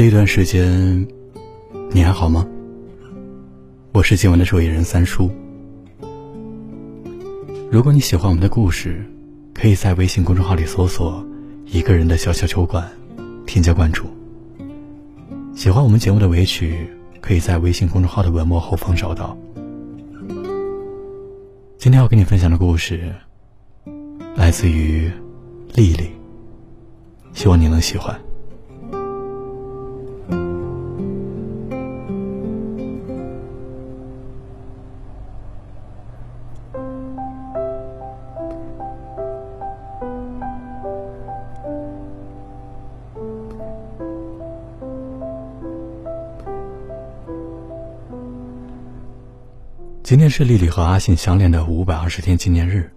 这一段时间你还好吗？我是今晚的守夜人三叔。如果你喜欢我们的故事，可以在微信公众号里搜索一个人的小小酒馆，添加关注。喜欢我们节目的尾曲，可以在微信公众号的文末后方找到。今天要跟你分享的故事来自于丽丽，希望你能喜欢。今天是丽丽和阿信相恋的520天纪念日。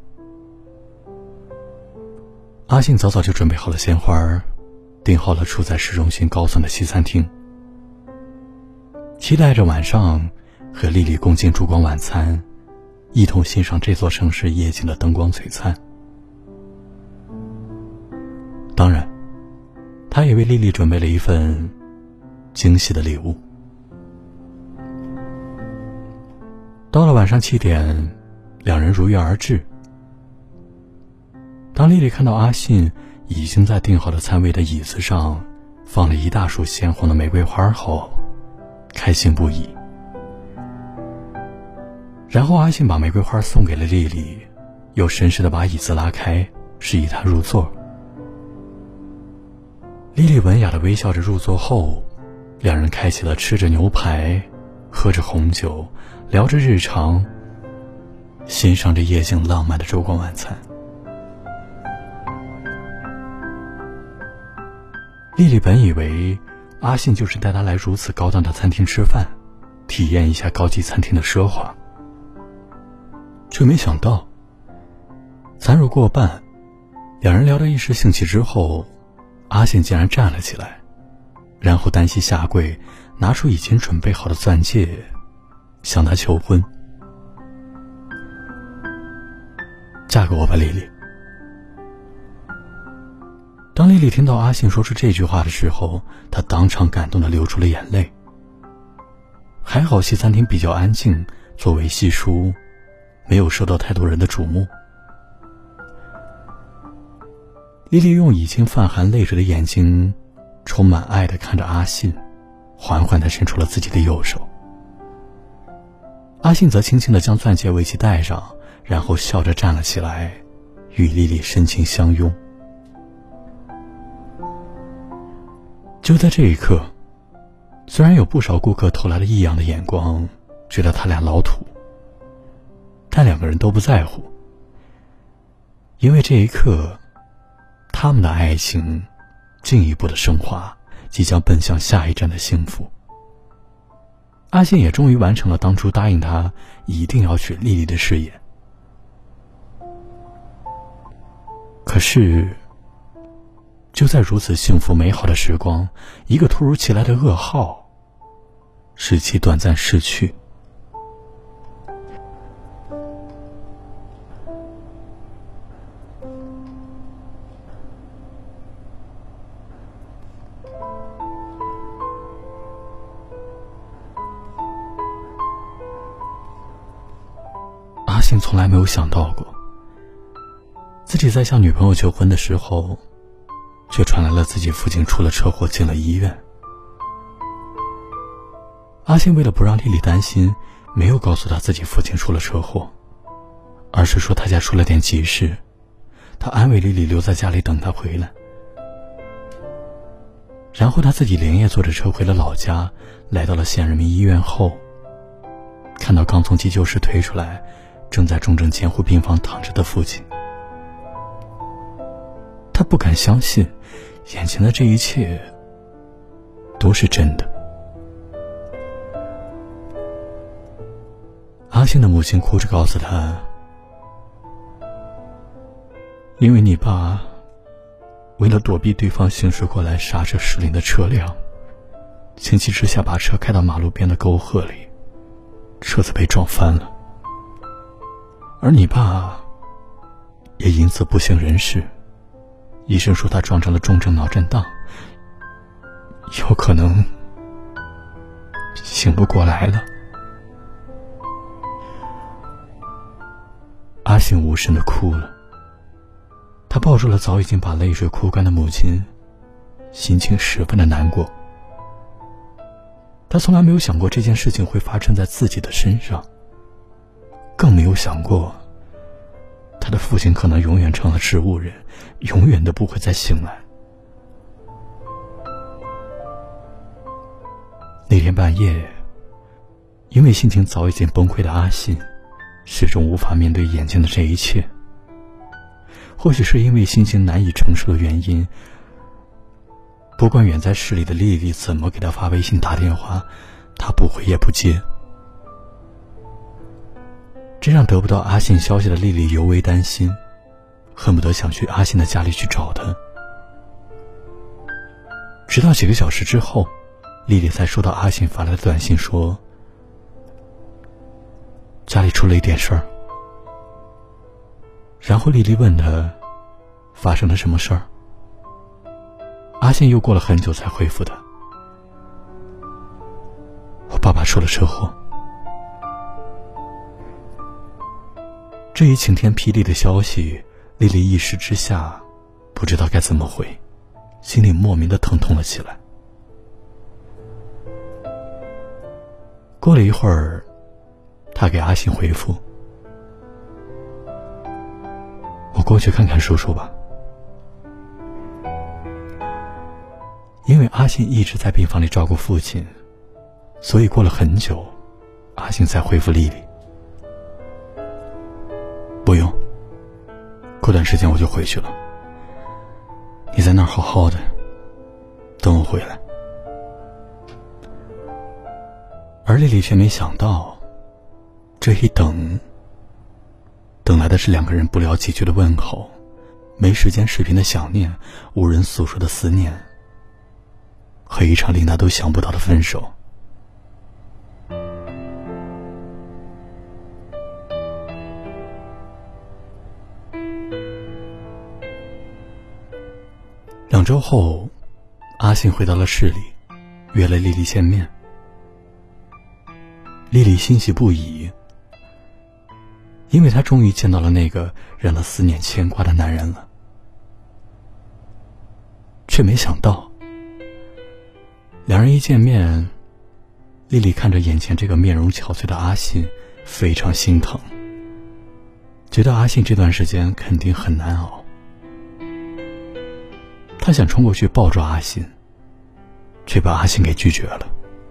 阿信早早就准备好了鲜花，订好了处在市中心高层的西餐厅，期待着晚上和丽丽共进烛光晚餐，一同欣赏这座城市夜景的灯光璀璨。当然，他也为丽丽准备了一份惊喜的礼物。到了晚上7点，两人如约而至。当丽丽看到阿信已经在订好的餐位的椅子上放了一大束鲜红的玫瑰花后，开心不已。然后阿信把玫瑰花送给了丽丽，又绅士地把椅子拉开，示意她入座。丽丽文雅地微笑着入座后，两人开启了吃着牛排，喝着红酒，聊着日常，欣赏着夜景浪漫的烛光晚餐。丽丽本以为阿信就是带她来如此高档的餐厅吃饭，体验一下高级餐厅的奢华，却没想到餐肉过半，两人聊得一时兴起之后，阿信竟然站了起来，然后单膝下跪，拿出已经准备好的钻戒向她求婚。嫁给我吧，丽丽。当丽丽听到阿信说出这句话的时候，她当场感动地流出了眼泪。还好西餐厅比较安静，座位稀疏，没有受到太多人的瞩目。丽丽用已经泛含泪水的眼睛充满爱地看着阿信，缓缓地伸出了自己的右手。阿信则轻轻地将钻戒为其戴上，然后笑着站了起来，与丽丽深情相拥。就在这一刻，虽然有不少顾客投来了异样的眼光，觉得他俩老土，但两个人都不在乎，因为这一刻他们的爱情进一步的升华，即将奔向下一站的幸福。阿信也终于完成了当初答应他一定要娶丽丽的誓言。可是就在如此幸福美好的时光，一个突如其来的噩耗使其短暂逝去。阿信从来没有想到过，自己在向女朋友求婚的时候，却传来了自己父亲出了车祸进了医院。阿信为了不让丽丽担心，没有告诉她自己父亲出了车祸，而是说他家出了点急事，他安慰丽丽留在家里等他回来。然后他自己连夜坐着车回了老家，来到了县人民医院后，看到刚从急救室推出来，正在重症监护病房躺着的父亲，他不敢相信眼前的这一切都是真的。阿信的母亲哭着告诉他，因为你爸为了躲避对方行驶过来刹车失灵的车辆，情急之下把车开到马路边的沟壑里，车子被撞翻了，而你爸也因此不省人事。医生说他撞成了重症脑震荡， 有可能醒不过来了。阿信无声地哭了，他抱住了早已经把泪水哭干的母亲，心情十分的难过。他从来没有想过这件事情会发生在自己的身上，更没有想过他的父亲可能永远成了植物人，永远都不会再醒来。那天半夜，因为心情早已经崩溃的阿信始终无法面对眼前的这一切。或许是因为心情难以承受的原因，不管远在市里的丽丽怎么给他发微信打电话，他不回也不接。这让得不到阿信消息的丽丽尤为担心，恨不得想去阿信的家里去找他。直到几个小时之后，丽丽才收到阿信发来的短信说，家里出了一点事儿。然后丽丽问他发生了什么事儿，阿信又过了很久才回复他，我爸爸出了车祸。这一晴天霹雳的消息，丽丽一时之下不知道该怎么回，心里莫名的疼痛了起来。过了一会儿，她给阿信回复，我过去看看叔叔吧。因为阿信一直在病房里照顾父亲，所以过了很久，阿信才回复丽丽，不用，过段时间我就回去了，你在那儿好好的，等我回来。而丽丽却没想到，这一等来的是两个人不聊几句的问候，没时间视频的想念，无人诉说的思念，和一场令他都想不到的分手。2周后，阿信回到了市里，约了丽丽见面。丽丽欣喜不已，因为她终于见到了那个让她思念牵挂的男人了。却没想到，两人一见面，丽丽看着眼前这个面容憔悴的阿信，非常心疼，觉得阿信这段时间肯定很难熬。她想冲过去抱住阿信，却被阿信给拒绝了。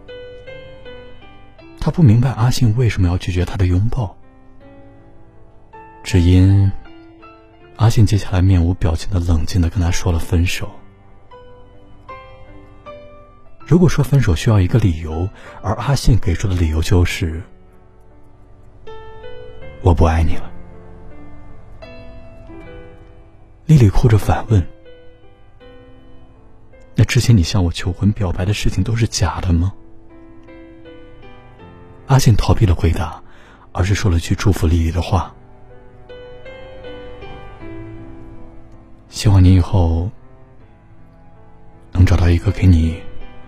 她不明白阿信为什么要拒绝她的拥抱，只因阿信接下来面无表情的冷静的跟她说了分手。如果说分手需要一个理由，而阿信给出的理由就是我不爱你了。丽丽哭着反问，那之前你向我求婚表白的事情都是假的吗？阿信逃避了回答，而是说了句祝福丽丽的话，希望你以后能找到一个给你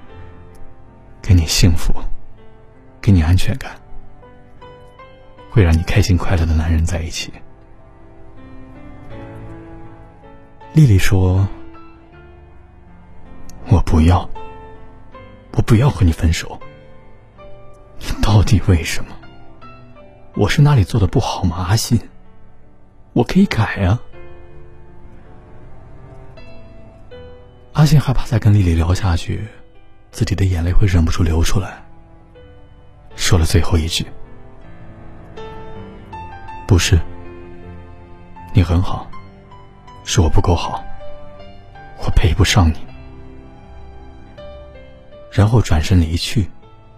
幸福，给你安全感，会让你开心快乐的男人在一起。丽丽说，我不要和你分手。你到底为什么？我是哪里做的不好吗？阿信，我可以改啊。阿信害怕再跟丽丽聊下去，自己的眼泪会忍不住流出来，说了最后一句，不是，你很好，是我不够好，我配不上你。然后转身离去。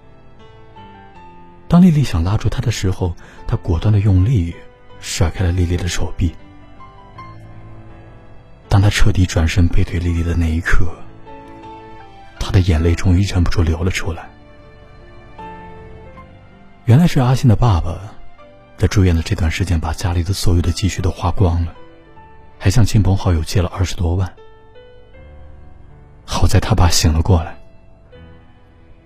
当丽丽想拉住他的时候，他果断的用力甩开了丽丽的手臂。当他彻底转身背对丽丽的那一刻，他的眼泪终于忍不住流了出来。原来是阿信的爸爸在住院的这段时间把家里的所有的积蓄都花光了，还向亲朋好友借了20多万。好在他爸醒了过来，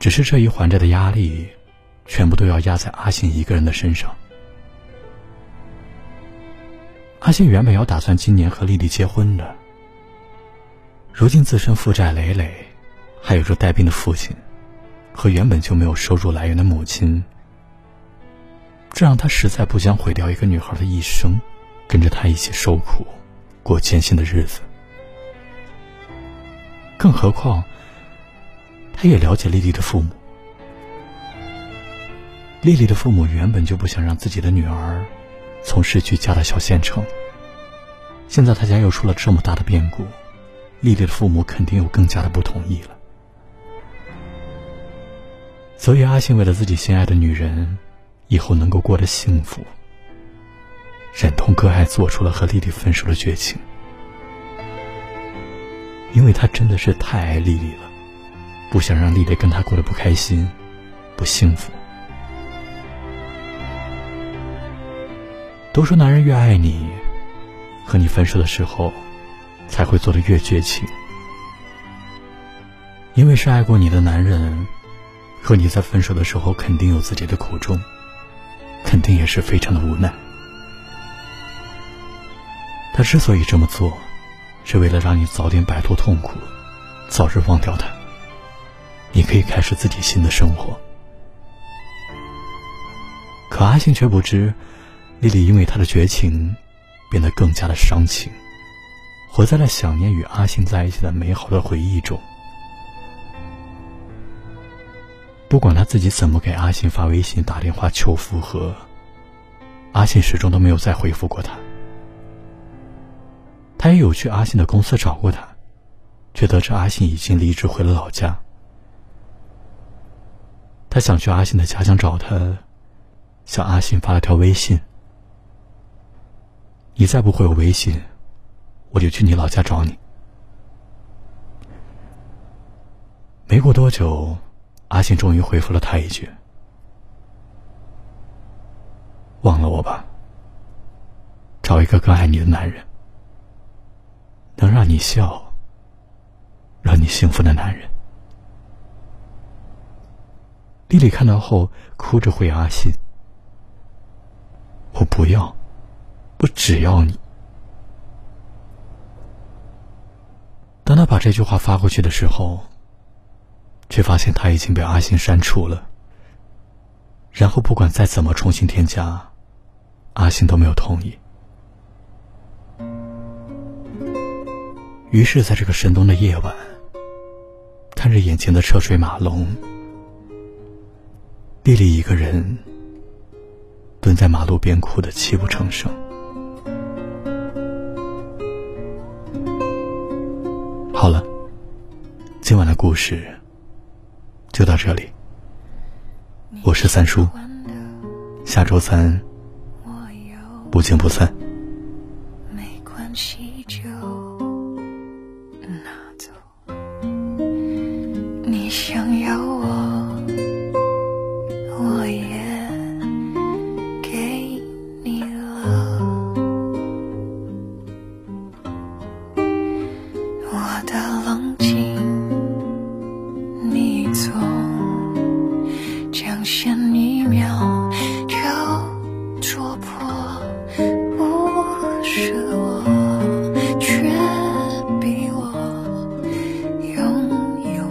只是这一还债的压力全部都要压在阿信一个人的身上。阿信原本要打算今年和丽丽结婚的，如今自身负债累累，还有着带病的父亲和原本就没有收入来源的母亲，这让他实在不想毁掉一个女孩的一生，跟着她一起受苦过艰辛的日子。更何况他也了解丽丽的父母，丽丽的父母原本就不想让自己的女儿从市区嫁到小县城，现在他家又出了这么大的变故，丽丽的父母肯定又更加的不同意了。所以阿信为了自己心爱的女人以后能够过得幸福，忍痛割爱，做出了和丽丽分手的绝情。因为他真的是太爱丽丽了，不想让丽丽跟他过得不开心不幸福。都说男人越爱你，和你分手的时候才会做得越绝情。因为是爱过你的男人，和你在分手的时候肯定有自己的苦衷，肯定也是非常的无奈。他之所以这么做，是为了让你早点摆脱痛苦，早日忘掉他，你可以开始自己新的生活。可阿信却不知，丽丽因为他的绝情变得更加的伤情，活在了想念与阿信在一起的美好的回忆中。不管他自己怎么给阿信发微信打电话求复合，阿信始终都没有再回复过他。他也有去阿信的公司找过他，却得知阿信已经离职回了老家。他想去阿信的家乡找他，向阿信发了条微信：你再不回我微信，我就去你老家找你。没过多久，阿信终于回复了他一句：忘了我吧，找一个更爱你的男人，能让你笑让你幸福的男人。丽丽看到后哭着回阿信：我不要，我只要你。当他把这句话发过去的时候，却发现他已经被阿信删除了，然后不管再怎么重新添加，阿信都没有同意。于是在这个深冬的夜晚，看着眼前的车水马龙，丽丽一个人蹲在马路边哭得泣不成声。好了，今晚的故事就到这里，我是三叔，下周三不见不散。 没关系，就拿走你想要我也给你了。我的冷静你总将先一秒就戳破，不是我却比我拥有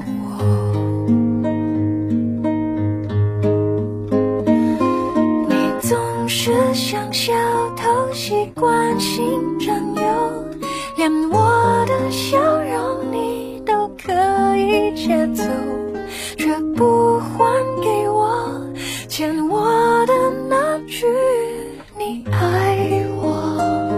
我。你总是像小偷习惯性占有，连我的笑容你都可以借走，却不还给我欠我的那句你爱我。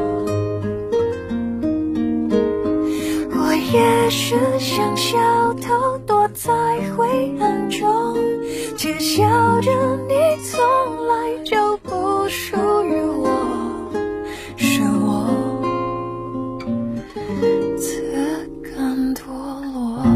我也是像小偷躲在灰暗中，窃笑着你从来就不属于我，是我自甘堕落。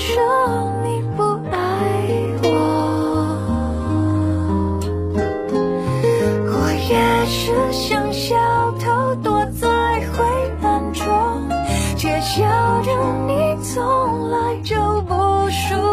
说你不爱我，我也是像小偷躲在灰暗中，街角的你从来就不属